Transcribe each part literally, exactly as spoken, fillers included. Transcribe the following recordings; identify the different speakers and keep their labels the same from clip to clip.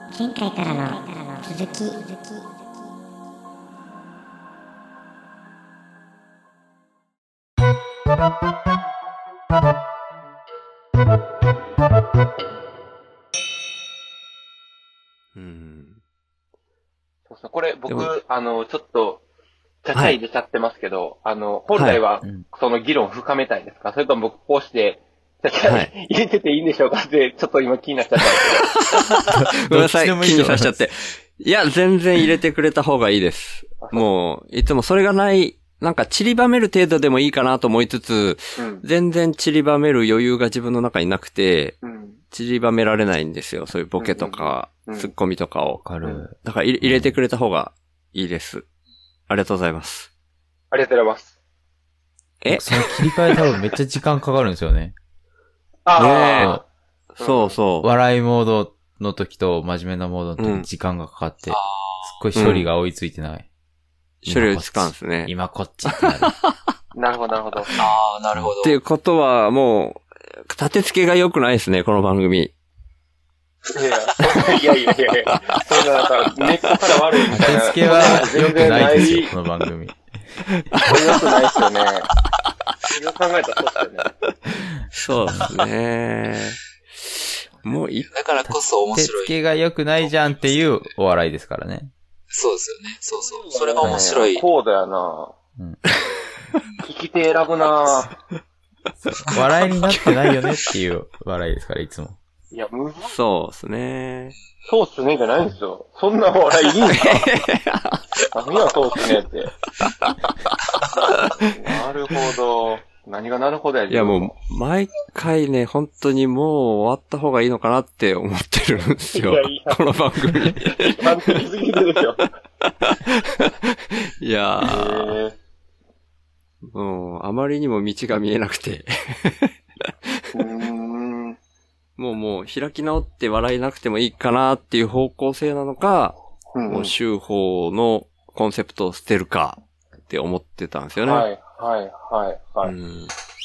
Speaker 1: 前回からの続き。
Speaker 2: うん。
Speaker 3: そうそう、これ僕、あの、ちょっと、ちゃちゃ入れちゃってますけど、はい、あの、本来は、その議論を深めたいですか、はい、それとも僕こうして、ちゃちゃ入れてていいんでしょうかって、ちょっと今気になっちゃったんですけど。
Speaker 2: ごめんなさい、気にさしちゃって。いや、全然入れてくれた方がいいです。もう、いつもそれがない、なんか散りばめる程度でもいいかなと思いつつ、うん、全然散りばめる余裕が自分の中になくて、うん、散りばめられないんですよ。そういうボケとか、うんうん、ツッコミとかを。わかる。だから入れてくれた方がいいです。ありがとうございます。
Speaker 3: ありがとうございます。
Speaker 4: えその切り替え多分めっちゃ時間かかるんですよね。
Speaker 2: ああ。そうそう。
Speaker 4: 笑いモードの時と真面目なモードの時時間がかかって、うん、すっごい処理が追いついてない。
Speaker 2: うん、処理追いつかんですね。
Speaker 4: 今こっちってなる。
Speaker 3: なるほど、なるほど。
Speaker 5: ああ、なるほど。
Speaker 2: っていうことは、もう、立て付けが良くないですね、この番組。
Speaker 3: いやいやいやいや、それなんか、根っこから悪いみたいな。
Speaker 4: 立て付けは良くないですよ、この番組。
Speaker 3: これ良くないですよね。よく考えたら
Speaker 2: そうですね。もうい
Speaker 5: だからこそ面白い。
Speaker 4: 立て付けが良くないじゃんっていうお笑いですからね。
Speaker 5: そうですよね。そうそう。それが面白い。
Speaker 3: こうだよな。うん、聞き手選ぶな。
Speaker 4: 笑いになってないよねっていう笑いですから、いつも。
Speaker 3: いや、むず
Speaker 2: そうですね。
Speaker 3: そうっすねじゃないんですよ。そんな笑いいいんですか何がそうっすねって。なるほど。何がなるほどや。
Speaker 2: いやもう、毎回ね、本当にもう終わった方がいいのかなって思ってるんですよ。いやいやこの番組。
Speaker 3: 完璧すぎるでしょ。
Speaker 2: いやー。もう、あまりにも道が見えなくて。うーんもうもう開き直って笑いなくてもいいかなっていう方向性なのか、うんうん、もう修法のコンセプトを捨てるかって思ってたんですよね。
Speaker 3: はい、はい、はい、はい。うん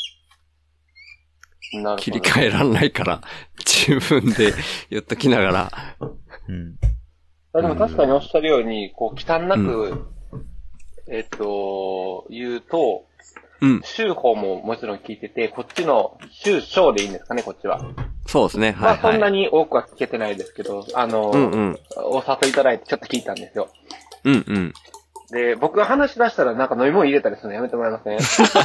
Speaker 2: なるほど切り替えらんないから、自分で言っときながら。
Speaker 3: うん、でも確かにおっしゃるように、こう、忌憚なく、うん、えっと、言うと、うん。修法ももちろん聞いてて、こっちの修章でいいんですかね、こっちは。
Speaker 2: そうですね。はい、はい。
Speaker 3: まあそんなに多くは聞けてないですけど、あの、うんうん、お誘いいただいてちょっと聞いたんですよ。
Speaker 2: うんうん。
Speaker 3: で、僕が話し出したらなんか飲み物入れたりするのやめてもらえません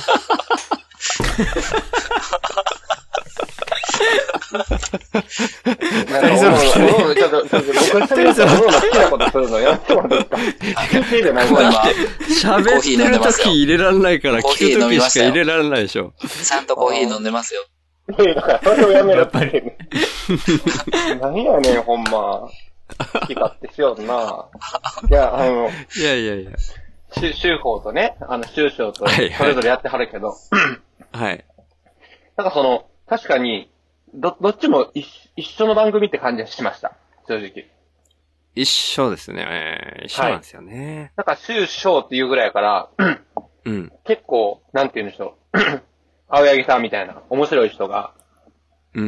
Speaker 3: なんか、ちょっと、ちょっと、僕が喋ったら、好きなことするのやってもらっていいですか休憩じゃないんだ。
Speaker 2: 喋ってるとき入れられないから、聞くときしか入れられないでしょ。
Speaker 5: ちゃんとコーヒー飲んでますよ。
Speaker 3: いや、だから、それをやめろって。何やねん、ほんま。好き勝手しような。いや、あの、
Speaker 2: いやいやいや。
Speaker 3: 修法とね、あの、修章と、それぞれやってはるけど。
Speaker 2: はい。
Speaker 3: なんかその、確かに、ど、どっちも一一緒の番組って感じがしました。正直。
Speaker 2: 一緒ですね。えー、一緒なんですよね。
Speaker 3: はい、なんか、修章っていうぐらいやから、うん、結構、なんて言うんでしょう。青柳さんみたいな面白い人が、
Speaker 2: うんうん。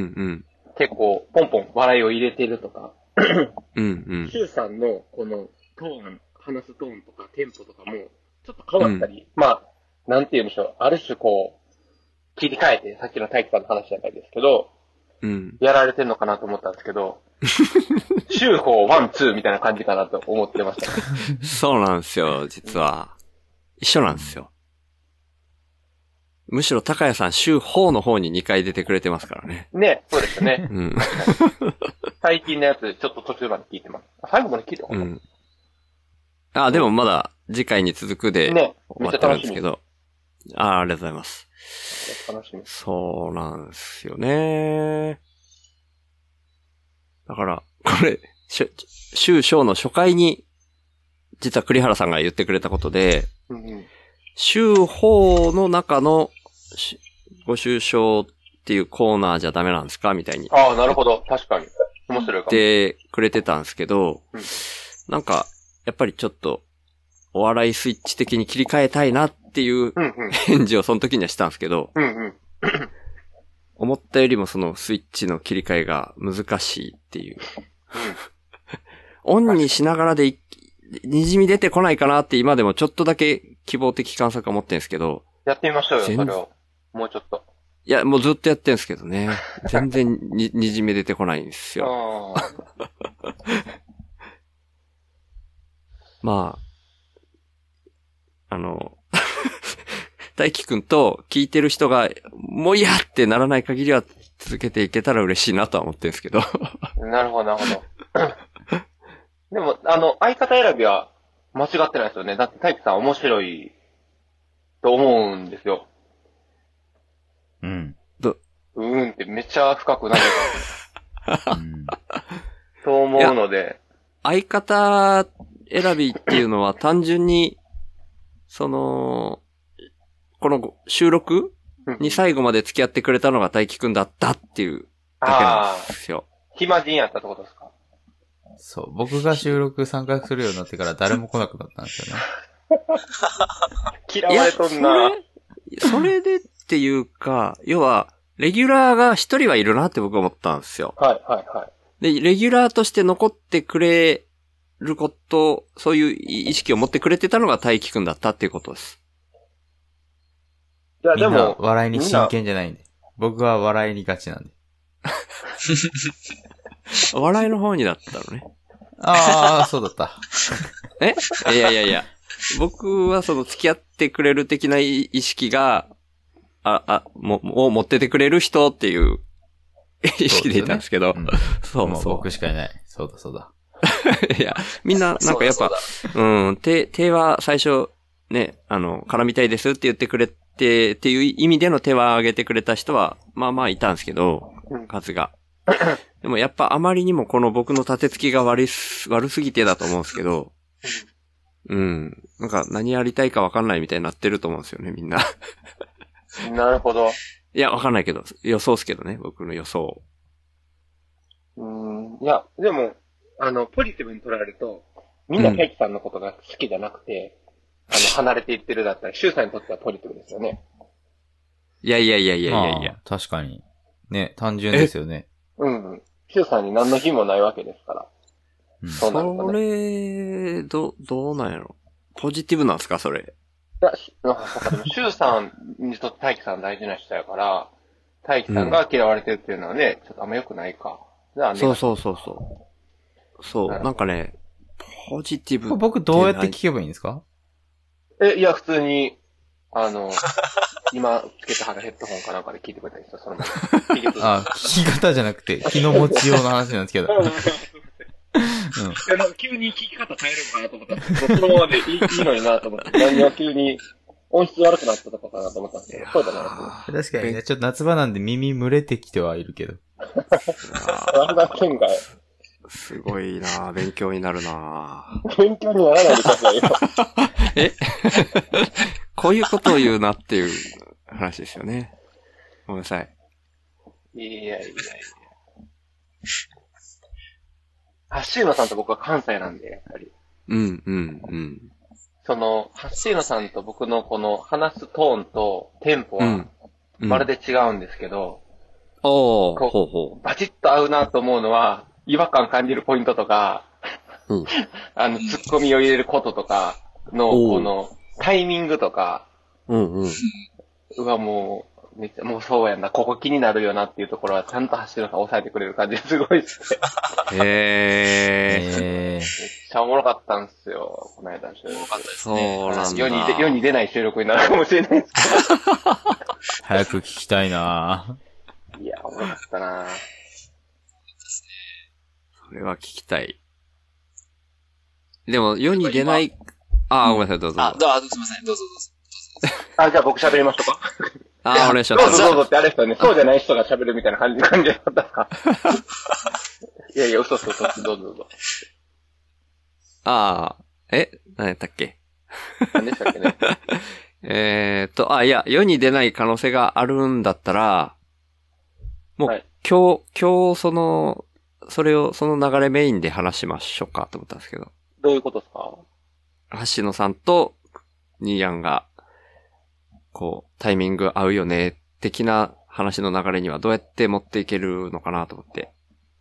Speaker 3: 結構、ポンポン笑いを入れてるとか、
Speaker 2: うんうん。
Speaker 3: 修さんの、この、トーン、話すトーンとか、テンポとかも、ちょっと変わったり、うん、まあ、なんて言うんでしょう。ある種こう、切り替えて、さっきの大輝さんの話じゃないですけど、うん。やられてんのかなと思ったんですけど、修法ワン、ツーみたいな感じかなと思ってました、
Speaker 2: ね。そうなんですよ、実は。一緒なんですよ。むしろ高谷さん、修法の方ににかい出てくれてますからね。
Speaker 3: ね、そうですね。うん。最近のやつ、ちょっと途中まで聞いてます。最後まで聞いてます。うん。
Speaker 2: あ、でもまだ次回に続くで、ね、終わってるんですけど。あ、ありがとうございます。
Speaker 3: 楽しみ。
Speaker 2: そうなんですよね。だから、これ、修章の初回に、実は栗原さんが言ってくれたことで、うんうん、修法の中のご修章っていうコーナーじゃダメなんですかみたいに。
Speaker 3: ああ、なるほど。確かに。面白いかも。
Speaker 2: ってくれてたんですけど、うん、なんか、やっぱりちょっと、お笑いスイッチ的に切り替えたいなっていう返事をその時にはしたんですけど、うんうん、思ったよりもそのスイッチの切り替えが難しいっていう。 オンにしながらでい、にじみ出てこないかなって今でもちょっとだけ希望的観測は持ってるんですけど。
Speaker 3: やってみましょうよ、
Speaker 2: 全
Speaker 3: それを。もうちょっと。
Speaker 2: いや、もうずっとやってるんですけどね。全然に、にじみ出てこないんですよ。まあ、あの、大輝くんと聞いてる人が、もういやってならない限りは続けていけたら嬉しいなとは思ってるんですけど。
Speaker 3: なるほど、なるほど。でも、あの、相方選びは間違ってないですよね。だって大輝さん面白いと思うんですよ。
Speaker 4: うん。
Speaker 2: ど、
Speaker 3: うーんってめっちゃ深くなる
Speaker 4: うん、
Speaker 3: と思うので。
Speaker 2: 相方選びっていうのは単純に、その、この収録に最後まで付き合ってくれたのが大輝くんだったっていうだけなんですよ。
Speaker 3: 暇人やったってことですか？
Speaker 4: そう。僕が収録参加するようになってから誰も来なくなったんですよね。
Speaker 3: 嫌われとんな。
Speaker 2: それ、それでっていうか、要は、レギュラーが一人はいるなって僕は思ったんですよ。
Speaker 3: はいはいはい。
Speaker 2: で、レギュラーとして残ってくれること、そういう意識を持ってくれてたのが大輝くんだったっていうことです。
Speaker 3: いやでも、
Speaker 4: みんな笑いに真剣じゃないんで。僕は笑いにガチなんで。
Speaker 2: 笑いの方にだったのね。
Speaker 4: ああ、そうだった。
Speaker 2: えいやいやいや。僕はその付き合ってくれる的な意識が、あ、あ、も、を持っててくれる人っていう意識でいたんですけど。そう、ね、うん、そうそう。
Speaker 4: 僕しかいない。そうだそうだ。
Speaker 2: いや、みんななんかやっぱ、うん、手、手は最初、ね、あの、絡みたいですって言ってくれて、っていう意味での手は挙げてくれた人は、まあまあいたんですけど、数が。でもやっぱあまりにもこの僕の立て付きが悪す、悪すぎてだと思うんですけど、うん。なんか何やりたいかわかんないみたいになってると思うんですよね、みんな。
Speaker 3: なるほど。
Speaker 2: いや、わかんないけど、予想ですけどね、僕の予想。
Speaker 3: うーん。いや、でも、あの、ポジティブに捉えると、みんな大輝さんのことが好きじゃなくて、うん、あの、離れていってるだったら、シュウさんにとってはポジティブですよね。
Speaker 2: いやいやいやいやいやいや。
Speaker 4: 確かに。ね、単純ですよね。
Speaker 3: うん。シュウさんに何の日もないわけですから。
Speaker 2: うん、そうなるとね。それ、ど、どうなんやろ。ポジティブなんですか、それ。
Speaker 3: いや、なんかでも、シュウさんにとって大輝さん大事な人やから、大輝さんが嫌われてるっていうのはね、うん、ちょっとあんま良くないか。じゃあね。そう
Speaker 2: そうそうそう。そう、な, なんかね、ポジティブ。
Speaker 4: 僕どうやって聞けばいいんですか？
Speaker 3: え、いや、普通に、あの、今つけてはるヘッドホンかなんかで聞いてくれたりしたら、そのまま。
Speaker 4: あ、聞き方じゃなくて、気の持ちようの話なんですけど。うん、
Speaker 3: 急に聞き方変えるのかなと思ったら、そのままでいい, いいのになと思って、何を急に音質悪くなったとかかなと思ったんですけど、そうだな。
Speaker 4: 確かにね、ちょっと夏場なんで耳蒸れてきてはいるけど。
Speaker 3: あんな県外。
Speaker 2: すごいなぁ、勉強になるな
Speaker 3: ぁ。勉強にならないでくださいよ。
Speaker 2: えこういうことを言うなっていう話ですよね。ごめんなさい。
Speaker 3: いやいやいや。ハッシーノさんと僕は関西なんで、やっぱり。
Speaker 2: うんうんうん。
Speaker 3: その、ハッシーノさんと僕のこの話すトーンとテンポは、まるで違うんですけど、
Speaker 2: うん、おー、ほうほう。
Speaker 3: バチッと合うなと思うのは、違和感感じるポイントとか、うん、あの、ツッコミを入れることとかの、この、タイミングとか、
Speaker 2: うんうん。
Speaker 3: うわ、もう、めっちゃ、もうそうやんな、ここ気になるよなっていうところは、ちゃんと走るのか抑えてくれる感じですごいっすね。
Speaker 2: へー。
Speaker 3: めっちゃおもろかったんすよ、この間の収録。
Speaker 5: おもろかったですね。
Speaker 2: そうなんだ。
Speaker 3: 世にで、世に出ない収録になるかもしれないですけど。
Speaker 4: 早く聞きたいなぁ。
Speaker 3: いや、おもろかったなぁ。
Speaker 2: それは聞きたい。でも、世に出ない、ああ、ごめんなさい、どうぞ。
Speaker 5: あ、どうぞ、すみません、どうぞどうぞ。
Speaker 3: あ、じゃあ僕喋りましょうか。
Speaker 2: ああ、お願いします。
Speaker 3: どうぞどうぞってあれですよね。そうじゃない人が喋るみたいな感じ、感じだったか。いやいや、嘘嘘嘘、どうぞどうぞ。
Speaker 2: ああ、え何やったっけ
Speaker 3: 何でしたっけね。
Speaker 2: えーっと、あ、いや、世に出ない可能性があるんだったら、もう、はい、今日、今日、その、それを、その流れメインで話しましょうかと思ったんですけど。
Speaker 3: どういうことですか？
Speaker 2: 橋野さんとニーヤンが、こう、タイミング合うよね、的な話の流れにはどうやって持っていけるのかなと思って。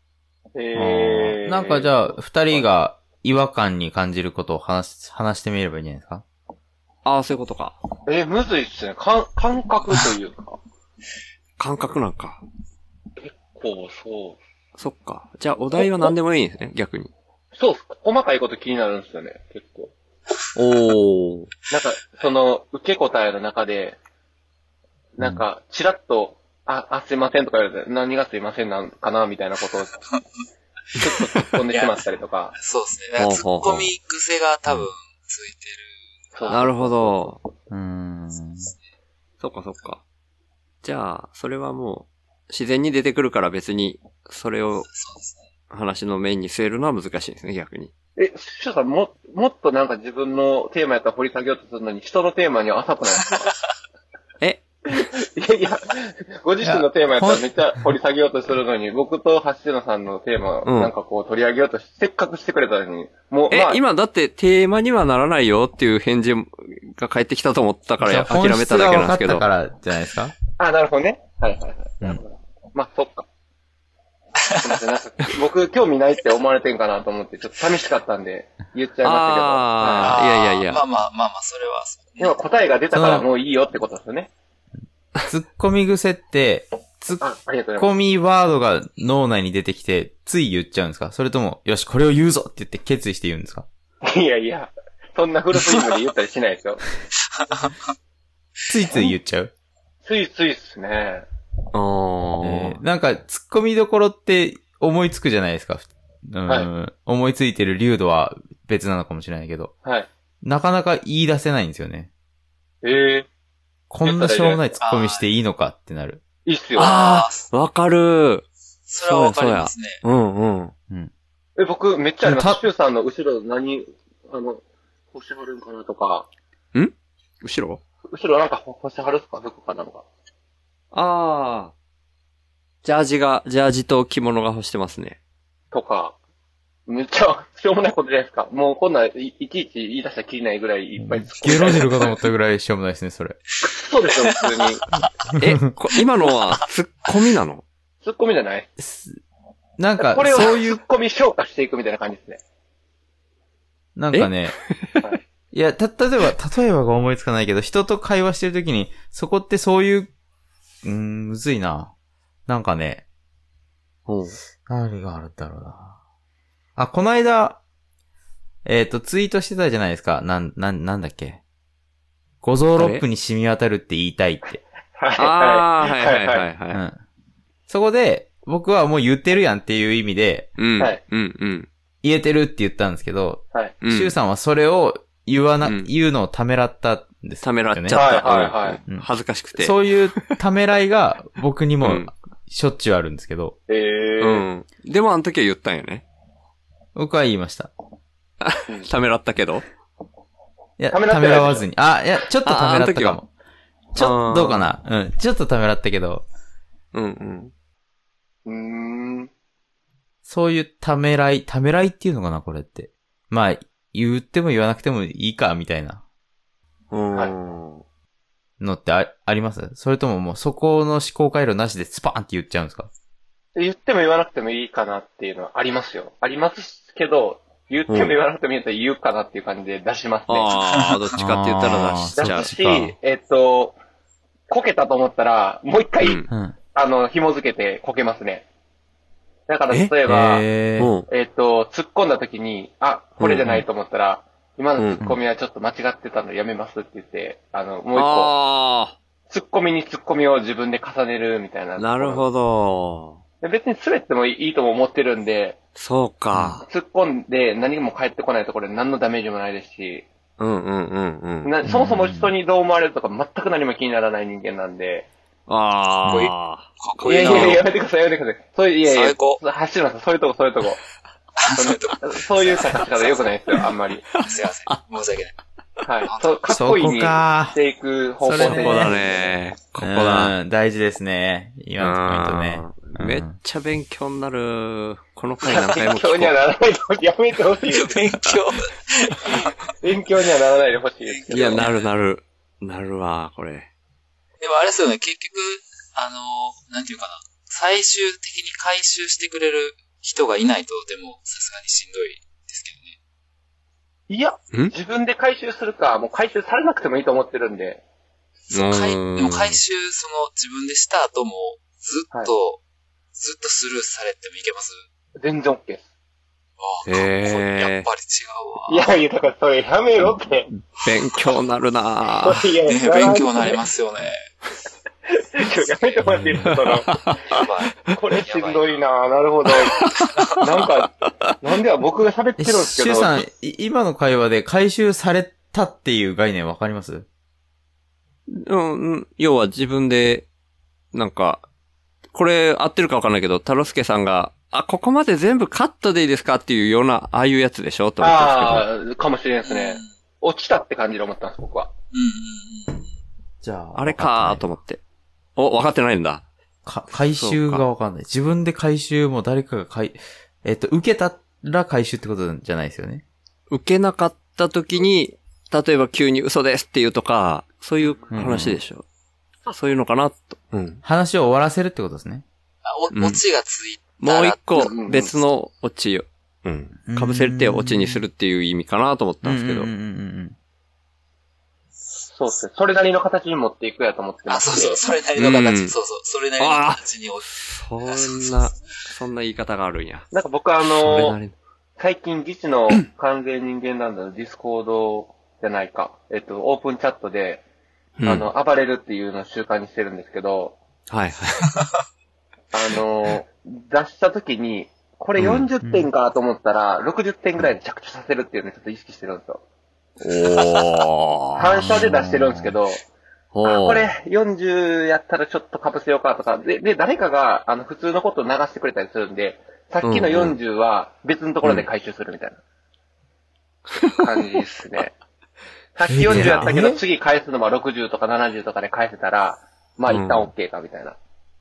Speaker 3: えー。
Speaker 4: なんかじゃあ、二人が違和感に感じることを話し、話してみればいいんじゃないですか？
Speaker 2: ああ、そういうことか。
Speaker 3: えー、むずいっすね。かん感覚というか。
Speaker 2: 感覚なんか。
Speaker 3: 結構そう。
Speaker 2: そっか。じゃあ、お題は何でもいいんですね、逆に。
Speaker 3: そうっす。細かいこと気になるんですよね、結構。
Speaker 2: おー。
Speaker 3: なんか、その、受け答えの中で、なんか、ちらっと、あ、あ、すいませんとか言われて、何がすいませんなんかなみたいなことを、ちょっと突っ込んでしまったりとか。
Speaker 5: そうですね。なんかツッコミ癖が多分ついてる。
Speaker 3: そう
Speaker 2: なるほど。
Speaker 4: うーん。
Speaker 2: そっかそっか。じゃあ、それはもう、自然に出てくるから別に、それを、話のメインに据えるのは難しいですね、逆に。
Speaker 3: え、しゅうさん、も、もっとなんか自分のテーマやったら掘り下げようとするのに、人のテーマには浅くないですか？
Speaker 2: え
Speaker 3: いやいや、ご自身のテーマやったらめっちゃ掘り下げようとするのに、僕と橋野さんのテーマをなんかこう取り上げようとし、せっかくしてくれたのに、もう、
Speaker 2: え、
Speaker 3: まあ、
Speaker 2: 今だってテーマにはならないよっていう返事が返ってきたと思ったから諦めただけなんですけど。
Speaker 4: 本質が分かったからじゃないですか？
Speaker 3: あ、なるほどね。はいはいはい。
Speaker 4: うん
Speaker 3: なるほど。まあ、そっか。すいません、なんか僕興味ないって思われてんかなと思って、ちょっと寂しかったんで言っちゃいましたけど。
Speaker 2: あー、
Speaker 3: はい
Speaker 2: いやいやいや。
Speaker 5: まあまあまあまあ、それはそうね。
Speaker 3: 今答えが出たからもういいよってことですよね。
Speaker 4: ツッコミ癖って、ツッ
Speaker 3: あ、ありがとうござい
Speaker 4: コミワードが脳内に出てきて、つい言っちゃうんですか？それとも、よし、これを言うぞって言って決意して言うんですか？
Speaker 3: ます。いやいや、そんなフルスイングで言ったりしないですよ。
Speaker 4: ついつい言っちゃう？
Speaker 3: ついついっすね。
Speaker 2: あー。
Speaker 4: えー、なんか、ツッコミどころって思いつくじゃないですか。うん、
Speaker 3: は
Speaker 4: 思いついてる流度は別なのかもしれないけど、
Speaker 3: はい。
Speaker 4: なかなか言い出せないんですよね。
Speaker 3: ええ
Speaker 4: こんなしょうもないツッコミしていいのかってなる。
Speaker 3: いいっすよ。
Speaker 2: あー、わかる。
Speaker 5: それはわかりますね。
Speaker 2: うんうん。
Speaker 4: うん。
Speaker 3: え、僕めっちゃありま
Speaker 4: た
Speaker 3: す。シュウさんの後ろ何、あの、星張るんかなとか、
Speaker 2: 後ろ
Speaker 3: 後ろなんか星張るっすか服かなんか。
Speaker 2: あー。ジャージが、ジャージと着物が干してますね。
Speaker 3: とか、めっちゃしょうもないことじゃないですか。もうこんない、いちいち言い出したらきりないぐらいいっぱい突っ込んで
Speaker 4: ゲロジルかと思ったぐらいしょうもないですね、それ。
Speaker 3: そうですよ、普通に。
Speaker 2: え、こ今のはツッコミなの？
Speaker 3: ツッコミじゃない
Speaker 4: なんか
Speaker 3: これ、を
Speaker 4: そういう
Speaker 3: ツッコミ消化していくみたいな感じですね。
Speaker 4: なんかね、
Speaker 3: はい
Speaker 4: いや、た、例えば、例えばが思いつかないけど、人と会話してるときに、そこってそういう、うーん、むずいな。なんかね、
Speaker 2: うん。
Speaker 4: 何があるんだろうな。あ、この間、えっ、と、ツイートしてたじゃないですか。なん、なん、なんだっけ。五臓六腑に染み渡るって言いたいって。
Speaker 3: はい。
Speaker 2: あー、はいはいはい
Speaker 4: う
Speaker 2: はい。
Speaker 4: ん。そこで、僕はもう言ってるやんっていう意味で、
Speaker 2: うん。
Speaker 3: はい
Speaker 2: うんうん。
Speaker 4: 言えてるって言ったんですけど、
Speaker 3: はい。
Speaker 2: うん
Speaker 4: シュウさんはそれを言わな、
Speaker 2: うん
Speaker 4: 言うのをためらったんですよね。
Speaker 2: ためらっちゃった。
Speaker 3: はいはいはい
Speaker 2: うん恥ずかしくて。
Speaker 4: そういうためらいが僕にも
Speaker 2: うん
Speaker 4: しょっちゅうあるんですけど、
Speaker 3: ええ
Speaker 2: う
Speaker 3: ー。
Speaker 2: ん。でもあの時は言ったんよね。
Speaker 4: 僕は言いました。
Speaker 2: ためらったけど。
Speaker 4: いや、
Speaker 3: ためらってない
Speaker 4: ためらわずに。あ、いや、ちょっとためらったか
Speaker 2: ああの
Speaker 4: も。ちょっと、どうかな。うん。ちょっとためらったけど、
Speaker 2: うんうん。
Speaker 3: うーん。
Speaker 4: そういうためらい、ためらいっていうのかな、これって。まあ、言っても言わなくてもいいか、みたいな
Speaker 2: うん。
Speaker 3: はい
Speaker 4: のってあありますそれとももうそこの思考回路なしでスパーンって言っちゃうんですか？
Speaker 3: 言っても言わなくてもいいかなっていうのはありますよ。ありますけど、言っても言わなくてもいいと言うかなっていう感じで出しますね。
Speaker 2: ああ、どっちかって言ったら出しちゃう
Speaker 3: 出す。し
Speaker 4: か、
Speaker 3: えっと、こけたと思ったら、もう一回、
Speaker 2: うん
Speaker 4: うん。
Speaker 3: あの、紐付けてこけますね。だから例
Speaker 2: え
Speaker 3: えば、
Speaker 4: えー、
Speaker 2: うん。
Speaker 3: えっと、突っ込んだ時に、あ、これじゃないと思ったら、今の突っ込みはちょっと間違ってたのでやめますって言って、あの、もう一個、
Speaker 2: あ
Speaker 3: 突っ込みに突っ込みを自分で重ねるみたいな。
Speaker 2: あ、なるほど。
Speaker 3: で別に滑ってもいいとも思ってるんで、
Speaker 2: そうか。
Speaker 3: 突っ込んで何も返ってこないところで何のダメージもないですし、
Speaker 2: うんうんうんうん。
Speaker 3: なそもそも人にどう思われるとか全く何も気にならない人間なんで、
Speaker 2: ああ。
Speaker 5: かっこいいな。
Speaker 3: いやいやいや、やめてください、やめてください。そういう、いやいや、
Speaker 5: 最高
Speaker 3: 走ります、そういうとこ、そういうとこ。そのそういう探し方良くないですよ、あんまり。
Speaker 5: すいません。申し訳ない。
Speaker 3: はい。そうかっこいいに
Speaker 4: そこか
Speaker 3: していく方向性
Speaker 4: それね
Speaker 2: ここだね。ここだ。
Speaker 4: うん、大事ですね。今のポイントね。
Speaker 2: うんめっちゃ勉強になる。この回何回も聞こ
Speaker 3: 勉強にはならないと、やめてほしいです。
Speaker 5: 勉強。
Speaker 3: 勉強にはならないでほしいですけ
Speaker 2: う。
Speaker 3: ど。
Speaker 2: いや、なるなる。なるわ、これ。
Speaker 5: でもあれですよね、結局、あの、なんていうかな。最終的に回収してくれる人がいないとでもさすがにしんどいですけどね。
Speaker 3: いや、自分で回収するか、もう回収されなくてもいいと思ってるんで。
Speaker 5: そう回でも回収、その自分でした後もずっと、はい、ずっとスルーされてもいけます？
Speaker 3: 全然 OK です。
Speaker 5: ああ、へー、やっぱり違うわ。
Speaker 3: いやいや、だからそれやめろって。
Speaker 2: 勉強なるなぁ。
Speaker 5: いやね、勉強なりますよね。
Speaker 3: やめてもらっていいですか、その。これしんどいなぁ、なるほど。なんか、なんでは僕が喋ってるんですけど。
Speaker 4: シュウさん、今の会話で回収されたっていう概念わかります？
Speaker 2: うん、要は自分で、なんか、これ合ってるかわかんないけど、太郎介さんが、あ、ここまで全部カットでいいですかっていうような、ああいうやつでしょと思ったんですけど。
Speaker 3: ああ、かもしれないですね。落ちたって感じで思ったんです、僕は。
Speaker 5: うん。
Speaker 4: じゃあ。
Speaker 2: あれかーと思って。お、分かってないんだ。
Speaker 4: か、回収がわかんない。自分で回収も誰かが回、えっと、受けたら回収ってことじゃないですよね。
Speaker 2: 受けなかった時に、例えば急に嘘ですっていうとか、そういう話でしょ。うん、そういうのかなと。うん。
Speaker 4: 話を終わらせるってことですね。
Speaker 5: あ、お、オチがついた
Speaker 2: ら、うん、もう一個別のオチを、うん。被せてオチにするっていう意味かなと思ったんですけど。
Speaker 4: うんうんうんうん、
Speaker 3: そうですね。それなりの形に持っていくやと思ってます。
Speaker 5: あ、そうそう。それなりの形、うん、そうそう。それなりの形に。
Speaker 2: そんな、そんな言い方があるんや。
Speaker 3: なんか僕あの、最近議事の完全人間なんだのディスコードじゃないか。えっと、オープンチャットで、うん、あの、暴れるっていうのを習慣にしてるんですけど、
Speaker 2: はいはい。
Speaker 3: あの、出した時に、これよんじゅってんかと思ったら、ろくじゅってんぐらいで着地させるっていうのをちょっと意識してるんですよ。おー。反射で出してるんですけど、あ、これよんじゅうやったらちょっと被せようかとか、で、で、誰かが、あの、普通のことを流してくれたりするんで、さっきのよんじゅうは別のところで回収するみたいな感じですね。さっきよんじゅうやったけど、次返すのはろくじゅうとかななじゅうとかで返せたら、まあ一旦 OK かみたいな。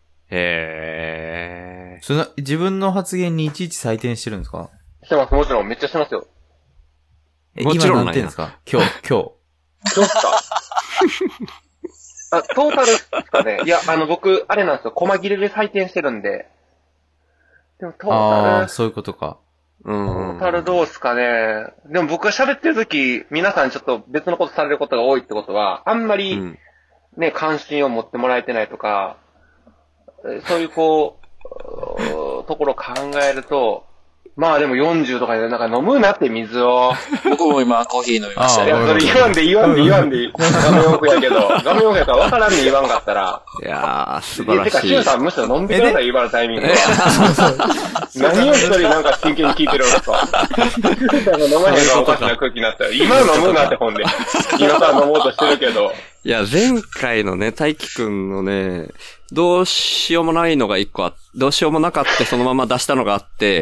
Speaker 2: へー。
Speaker 4: その、自分の発言にいちいち採点してるんですか？
Speaker 3: してます、もちろん。めっちゃしてますよ。
Speaker 4: え、もちろん何点ですか？今日、今日。
Speaker 3: 今日っすかあ、トータルですかね。いや、あの、僕、あれなんですよ。細切れで採点してるんで。でもトータル。
Speaker 4: ああ、そういうことか。
Speaker 3: うん。トータルどうすかね。でも僕が喋ってるとき、皆さんちょっと別のことされることが多いってことは、あんまり、ね、うん、関心を持ってもらえてないとか、そういうこう、ところを考えると、まあでもよんじゅうとかでなんか飲むなって水を。
Speaker 5: 僕も今コーヒー飲みました
Speaker 3: よ。いや、それ言わんで言わんで言わんで。画面奥やけど、画面奥やから分からんで言わんかったら。
Speaker 2: いやー、素晴らしい。
Speaker 3: てか、シュウさんむしろ飲んでください、今のタイミングで。何を一人なんか真剣に聞いてるんですか。シュウさんが飲まへんのはおかしな空気になったら、今飲むなってほんで。今さ飲もうとしてるけど。
Speaker 2: いや、前回のね、大輝くんのね、どうしようもないのが一個あ、どうしようもなかったそのまま出したのがあって、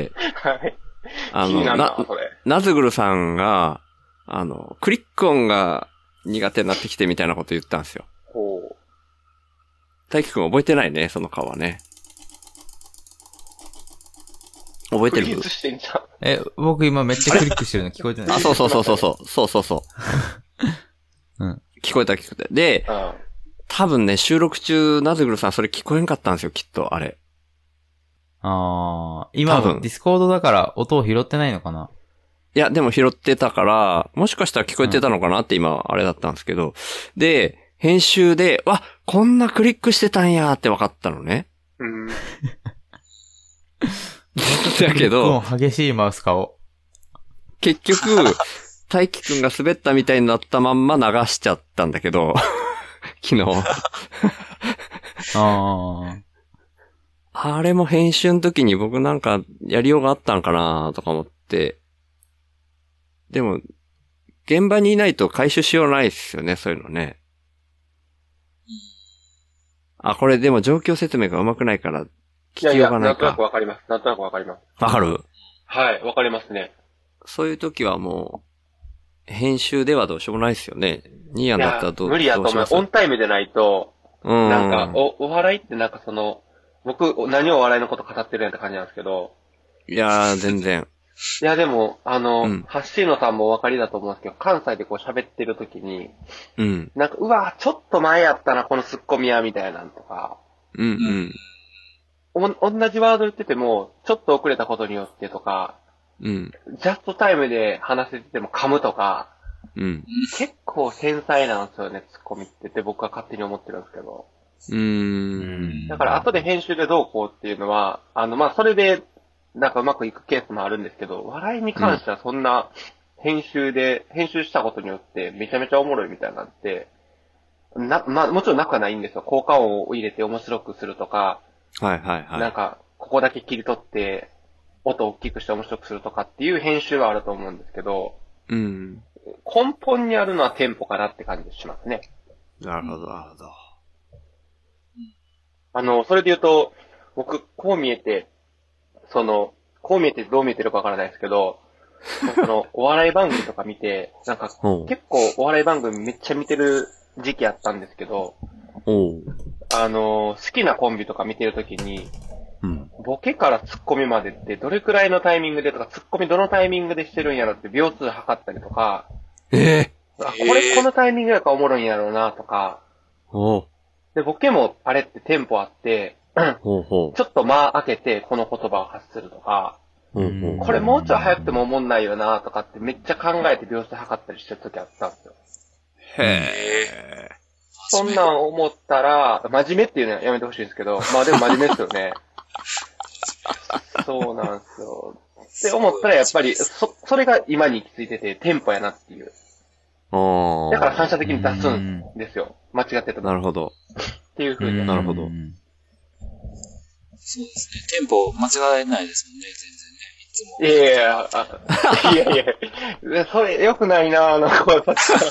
Speaker 3: はい。
Speaker 2: あの、な、な、ナズグルさんが、あの、クリック音が苦手になってきてみたいなこと言ったんですよ。
Speaker 3: ほう。
Speaker 2: 大輝くん覚えてないね、その顔はね。覚えてる？
Speaker 3: クリックしてんじゃん。
Speaker 4: え、僕今めっちゃクリックしてるの聞こえてない？
Speaker 2: あ、そうそうそうそうそう。そうそうそう。うん。聞こえた聞こえた。で、うん、多分ね、収録中、ナズグルさんそれ聞こえんかったんですよ、きっと、あれ。
Speaker 4: ああ、今もディスコードだから音を拾ってないのかな？
Speaker 2: いや、でも拾ってたから、もしかしたら聞こえてたのかなって今、あれだったんですけど。で、編集で、わ、こんなクリックしてたんやって分かったのね。うん。だけど、
Speaker 4: 激しいマウス顔。
Speaker 2: 結局、大輝くんが滑ったみたいになったまんま流しちゃったんだけど、昨日。
Speaker 4: ああ。
Speaker 2: あれも編集の時に僕なんかやりようがあったんかなとか思って。でも、現場にいないと回収しようないですよね、そういうのね。あ、これでも状況説明が上手くないから聞きようがないか。いやいや、
Speaker 3: なんとなくわかります。なんとなくわかります。
Speaker 2: わかる？
Speaker 3: はい、わかりますね。
Speaker 2: そういう時はもう、編集ではどうしようもないですよね。ニーヤンだったらどう、
Speaker 3: 無理やと思う。オンタイムでないと、
Speaker 2: うん。
Speaker 3: なんか、お、お笑いってなんかその、僕、何をお笑いのこと語ってるんやって感じなんですけど。
Speaker 2: いやー、全然。
Speaker 3: いや、でも、あの、うん、ハッシーノさんもお分かりだと思うんですけど、関西でこう喋ってる時に、
Speaker 2: うん。
Speaker 3: なんか、うわ、ちょっと前やったな、このツッコミや、みたいなんとか。
Speaker 2: うんうん。
Speaker 3: お、同じワード言ってても、ちょっと遅れたことによってとか、
Speaker 2: うん。
Speaker 3: ジャストタイムで話せてても噛むとか、
Speaker 2: うん。
Speaker 3: 結構繊細なんですよね、ツッコミってって僕は勝手に思ってるんですけど。
Speaker 2: うーん。
Speaker 3: だから後で編集でどうこうっていうのは、あの、まあ、それで、なんかうまくいくケースもあるんですけど、笑いに関してはそんな、編集で、編集したことによってめちゃめちゃおもろいみたいなんて、な、まあ、もちろんなくはないんですよ。効果音を入れて面白くするとか、
Speaker 2: はいはいはい。
Speaker 3: なんか、ここだけ切り取って、音を大きくして面白くするとかっていう編集はあると思うんですけど、
Speaker 2: うん。
Speaker 3: 根本にあるのはテンポかなって感じしますね。
Speaker 2: なるほど、なるほど。
Speaker 3: あの、それで言うと、僕、こう見えて、その、こう見えてどう見えてるかわからないですけど、その、お笑い番組とか見て、なんか、結構お笑い番組めっちゃ見てる時期あったんですけど、
Speaker 2: おう。
Speaker 3: あの、好きなコンビとか見てるときに、
Speaker 2: うん。
Speaker 3: ボケからツッコミまでってどれくらいのタイミングでとか、ツッコミどのタイミングでしてるんやろって秒数測ったりとか、
Speaker 2: ええ
Speaker 3: ー、あ、これこのタイミングやからおもろいんやろうなとか、
Speaker 2: おう。
Speaker 3: で、ボケもあれってテンポあって、
Speaker 2: ほうほ
Speaker 3: ちょっと間開けてこの言葉を発するとか、
Speaker 2: う。ほうほう。
Speaker 3: これもうちょい早くても思んないよなとかってめっちゃ考えて秒数測ったりしてる時あったんですよ。
Speaker 2: へえ。
Speaker 3: そんなん思ったら、真面目っていうのはやめてほしいんですけど、まあでも真面目ですよね。そうなんですよ。って思ったらやっぱり、そ、それが今に行き着いててテンポやなっていう。
Speaker 2: ああ。
Speaker 3: だから反射的に出すんですよ。間違ってた。
Speaker 2: なるほど。
Speaker 3: っていう風に。
Speaker 2: なるほど。
Speaker 5: そうですね。テンポ間違えないですもんね、全然ね。いつも。
Speaker 3: いやいや、あいやいや、それ良くないなぁ、なんか私は。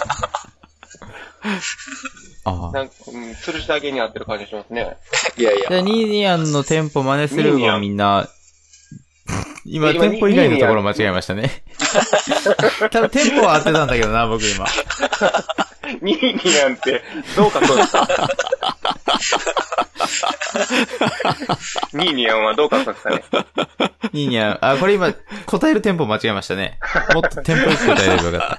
Speaker 4: ああ。
Speaker 3: なんか、うん、吊るし上げに合ってる感じしますね。
Speaker 5: いやいや。
Speaker 4: じゃあ、ニーニャンのテンポ真似するのみんな、今、テンポ以外のところ間違えましたね。多分テンポは合ってたんだけどな、僕今。
Speaker 3: ニーニャンって、どうかそうですかニーニャンはどうかそうですかね。
Speaker 4: ニーニャン、あ、これ今、答えるテンポ間違えましたね。もっとテンポよく答えればよかった。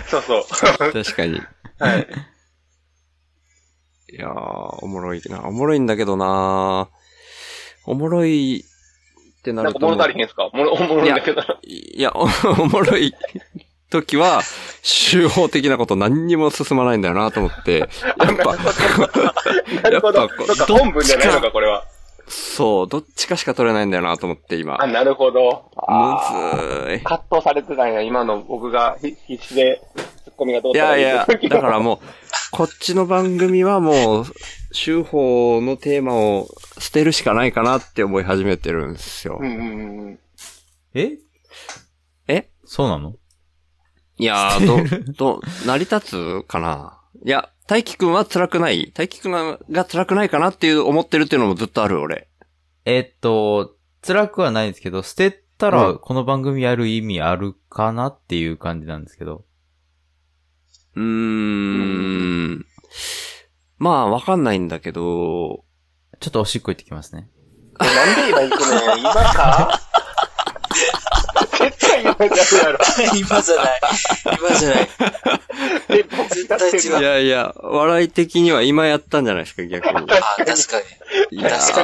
Speaker 3: そうそう。
Speaker 2: 確かに。
Speaker 3: はい。
Speaker 2: いやー、おもろいな。おもろいんだけどなおもろいってなると。
Speaker 3: なんか物足りへんすかもおもろいんだけど。
Speaker 2: いや、お, おもろい時は、手法的なこと何にも進まないんだよなと思って。やっぱ、
Speaker 3: なるほど。そっか、本文じゃないのか、これは。
Speaker 2: そう、どっちかしか取れないんだよなと思って、今。
Speaker 3: あ、なるほど。
Speaker 2: むずい。
Speaker 3: 葛藤されてたんや、今の僕が必死で、ツッコミがどう
Speaker 2: いやいや、だからもう、こっちの番組はもう、手法のテーマを捨てるしかないかなって思い始めてるんですよ。
Speaker 3: うんうんうん。
Speaker 4: え
Speaker 2: え
Speaker 4: そうなの？
Speaker 2: いやー、ど、ど、成り立つかないや、大輝くんは辛くない大輝くんが辛くないかなっていう思ってるっていうのもずっとある、俺。
Speaker 4: えっと、辛くはないんですけど、捨てたらこの番組やる意味あるかなっていう感じなんですけど。
Speaker 2: うーん。まあ、わかんないんだけど。
Speaker 4: ちょっとおしっこ行ってきますね。
Speaker 3: なんで今行くの今か絶対今じゃやろ。
Speaker 5: 今じゃない。今じゃない。絶対違う。
Speaker 2: いやいや、笑い的には今やったんじゃないですか、逆に。
Speaker 5: あ、確かに。
Speaker 2: いやー。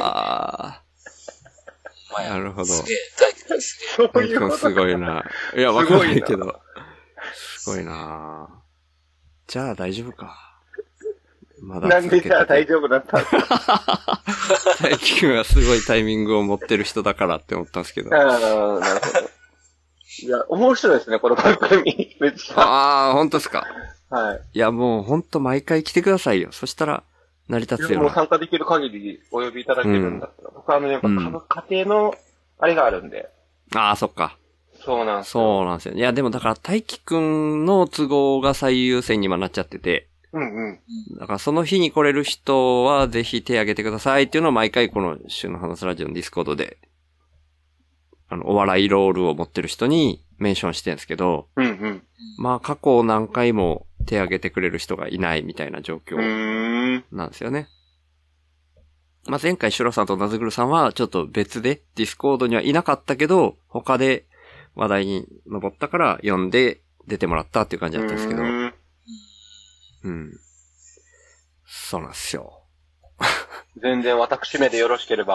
Speaker 5: な
Speaker 2: るほど。
Speaker 5: すげえ、大輝くんす
Speaker 3: げえ。そういうこと。
Speaker 2: すごいな。いや、わかんないけど。すごいなじゃあ大丈夫か。まだ
Speaker 3: なんでじゃあ大丈夫だったんですか
Speaker 2: 大輝くんはすごいタイミングを持ってる人だからって思ったんですけど。
Speaker 3: ああ、なるほど。いや、面白いですね、この番組。めっちゃ。
Speaker 2: ああ、本当ですか。
Speaker 3: はい。
Speaker 2: いや、もう本当毎回来てくださいよ。そしたら、成り立つよ。
Speaker 3: もう参加できる限りお呼びいただけるんだったら。うん、僕はあの、やっぱ家庭の、あれがあるんで。
Speaker 2: ああ、そっか。
Speaker 3: そうなんですよ。
Speaker 2: そうなんですよ。いや、でもだから、大輝くんの都合が最優先に今なっちゃってて。
Speaker 3: うんうん。
Speaker 2: だからその日に来れる人はぜひ手挙げてくださいっていうのを毎回この週の話ラジオのディスコードで、あの、お笑いロールを持ってる人にメンションしてるんですけど、
Speaker 3: うんうん。
Speaker 2: まあ過去何回も手挙げてくれる人がいないみたいな状況なんですよね。まあ前回シュロさんとナズグルさんはちょっと別でディスコードにはいなかったけど、他で話題に上ったから呼んで出てもらったっていう感じだったんですけど、うんうん。そうなんですよ。
Speaker 3: 全然私めでよろしければ。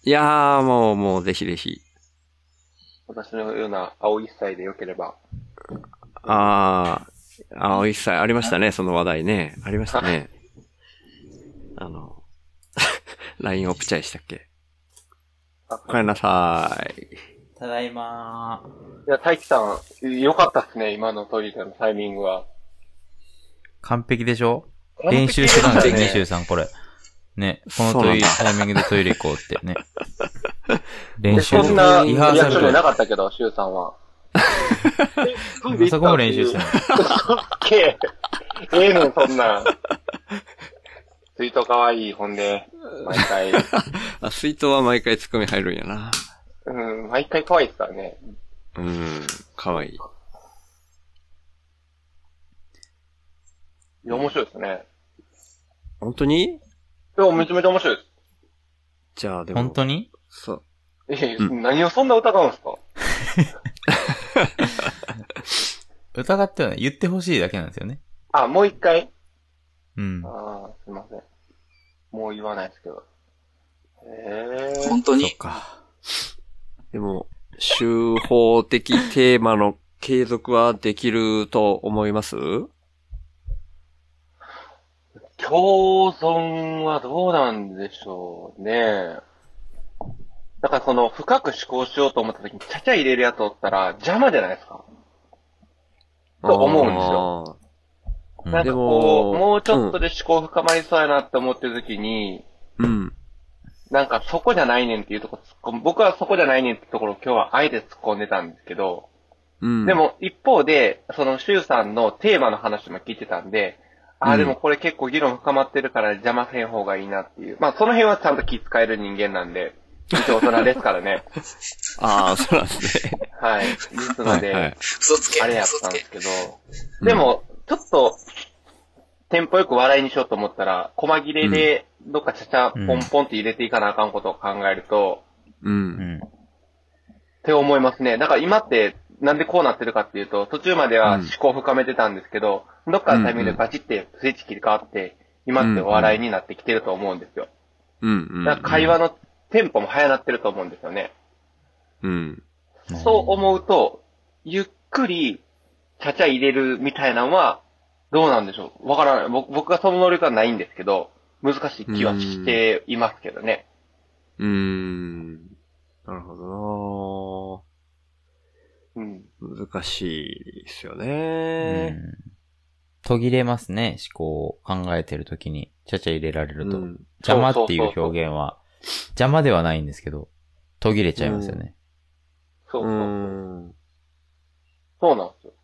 Speaker 2: いやー、もう、もう、ぜひぜひ。
Speaker 3: 私のような青一歳でよければ。
Speaker 2: あー、青一歳ありましたね、その話題ね。ありましたね。あの、ライン オプチャイしたっけ？おかえりなさい。
Speaker 4: ただいま
Speaker 3: いや、大輝さん、よかったっすね、今のトイレのタイミングは。
Speaker 4: 完璧でしょ？練習してたんですよね、シュウさん、これ。ね、このトイレ、タイミングでトイレ行こうってね。練習
Speaker 3: そんな
Speaker 4: リ
Speaker 3: リアクションじゃ
Speaker 4: ハーサルと
Speaker 3: なかったけど、シュウさんは。
Speaker 4: そこも練習してない。
Speaker 3: そっけえ。ええねん、そんなん。ツイートかわいい、ほんで。毎回。
Speaker 2: あ、水筒は毎回ツッコミ入るんやな。
Speaker 3: うん、毎回かわいいですからね。
Speaker 2: うん、かわいい。い
Speaker 3: や、面白いですね。
Speaker 2: 本当に？
Speaker 3: いや、めちゃめちゃ面白いです。
Speaker 2: じゃあでも。
Speaker 4: 本当に？
Speaker 2: そう。
Speaker 3: え、
Speaker 2: うん
Speaker 3: 何をそんな疑うんですか？
Speaker 4: 疑ってはね、言ってほしいだけなんですよね。
Speaker 3: あ、もう一回
Speaker 4: うん。
Speaker 3: ああ、すいません。もう言わないですけど。へえ。
Speaker 5: 本当に
Speaker 4: そっか。
Speaker 2: でも、手法的テーマの継続はできると思います？
Speaker 3: 共存はどうなんでしょうね。だからその、深く思考しようと思った時に、ちゃちゃ入れるやつおったら邪魔じゃないですか。と思うんですよ。
Speaker 4: うん
Speaker 3: なんか
Speaker 2: で
Speaker 3: こう、
Speaker 2: も
Speaker 3: もうちょっとで思考深まりそうやなって思ってる時に、
Speaker 2: うん。
Speaker 3: なんかそこじゃないねんっていうとこ突っ込む。僕はそこじゃないねんってところを今日はあえて突っ込んでたんですけど、
Speaker 2: うん。
Speaker 3: で、も一方で、そのシュウさんのテーマの話も聞いてたんで、ああ、
Speaker 2: うん
Speaker 3: でもこれ結構議論深まってるから邪魔せん方がいいなっていう。まあその辺はちゃんと気遣える人間なんで、一応大人ですからね。
Speaker 2: ああ、そうなんですね。
Speaker 3: はい。ですので、
Speaker 2: はいはい
Speaker 5: 嘘つけ、
Speaker 3: あれやっ
Speaker 5: 嘘つけ。
Speaker 3: たんですけど、でも、ちょっと、テンポよく笑いにしようと思ったら、細切れで、どっかちゃちゃ、ポンポンって入れていかなあかんことを考えると、
Speaker 2: う。
Speaker 4: うんん。
Speaker 3: って思いますね。だから今って、なんでこうなってるかっていうと、途中までは思考深めてたんですけど、どっかのタイミングでバチってスイッチ切り替わって、今ってお笑いになってきてると思うんですよ。
Speaker 2: うん。うん。
Speaker 3: だから会話のテンポも早なってると思うんですよね。
Speaker 2: うん。
Speaker 3: そう思うと、ゆっくり、ちゃちゃ入れるみたいなのは、どうなんでしょう。わからない。僕僕はその能力はないんですけど、難しい気はしていますけどね。
Speaker 2: うーん。なるほど
Speaker 3: うん。
Speaker 2: な。難しいですよ
Speaker 4: う
Speaker 2: ね。
Speaker 4: ん。途切れますね、思考を考えてるときに、ちゃちゃ入れられると。
Speaker 2: うん
Speaker 4: 邪魔っていう
Speaker 3: そうそうそうそう
Speaker 4: 表現は、邪魔ではないんですけど、途切れちゃいますよね。
Speaker 2: う
Speaker 3: そうそうそう。
Speaker 2: ん。
Speaker 3: そうなんですよ。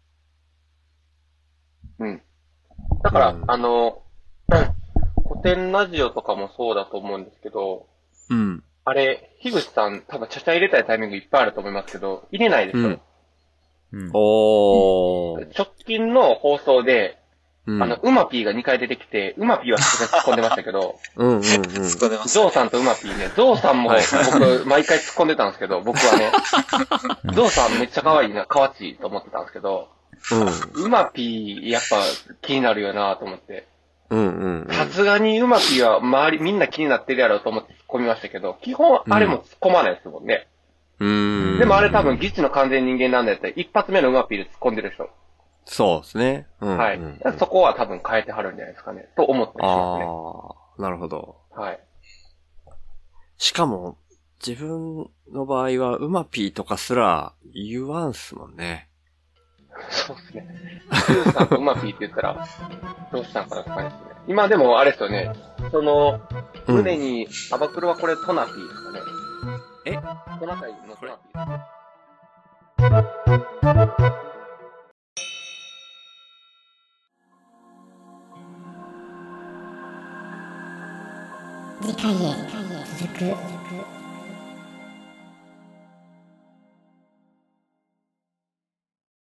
Speaker 3: うん。だから、
Speaker 2: うん
Speaker 3: あの、うん古典ラジオとかもそうだと思うんですけど、
Speaker 2: うん。
Speaker 3: あれ、樋口さん、多分ちゃちゃ入れたいタイミングいっぱいあると思いますけど、入れないでしょ。
Speaker 2: うん
Speaker 4: うん。
Speaker 2: おー。
Speaker 3: 直近の放送で、
Speaker 2: うん
Speaker 3: あの、うまぴーがにかい出てきて、うまぴーはさすがに突っ込んでましたけど、
Speaker 2: うんうんうん。
Speaker 5: 突っ込んでます。
Speaker 3: ゾウさんとうまぴーね、ゾウさんも
Speaker 2: はいはい
Speaker 3: 僕、毎回突っ込んでたんですけど、僕はね、ゾウさんめっちゃ可愛いな、可愛いと思ってたんですけど、うまぴー、やっぱ気になるよなと思って。
Speaker 2: うん。うんうん
Speaker 3: さすがにうまぴーは周りみんな気になってるやろうと思って突っ込みましたけど、基本あれも突っ込まないですもんね。
Speaker 2: うん。うん。
Speaker 3: でもあれ多分、ギチの完全人間なんだやったら、一発目のうまぴーで突っ込んでるでしょ。
Speaker 2: そうですね。うん。
Speaker 3: はい。
Speaker 2: うん
Speaker 3: だからそこは多分変えてはるんじゃないですかね。と思ってしますね。
Speaker 2: ああ、なるほど。
Speaker 3: はい。
Speaker 2: しかも、自分の場合は、うまぴーとかすら言わんすもんね。
Speaker 3: そうですね。スーさんとうまぴーって言ったら、どうしたんかなって感じですね。今でもあれですよね。その、
Speaker 2: うん
Speaker 3: 胸に、アバクロはこれトナピーですかね。
Speaker 2: え
Speaker 3: トナカイのトナピーです。
Speaker 1: 次回へ続く。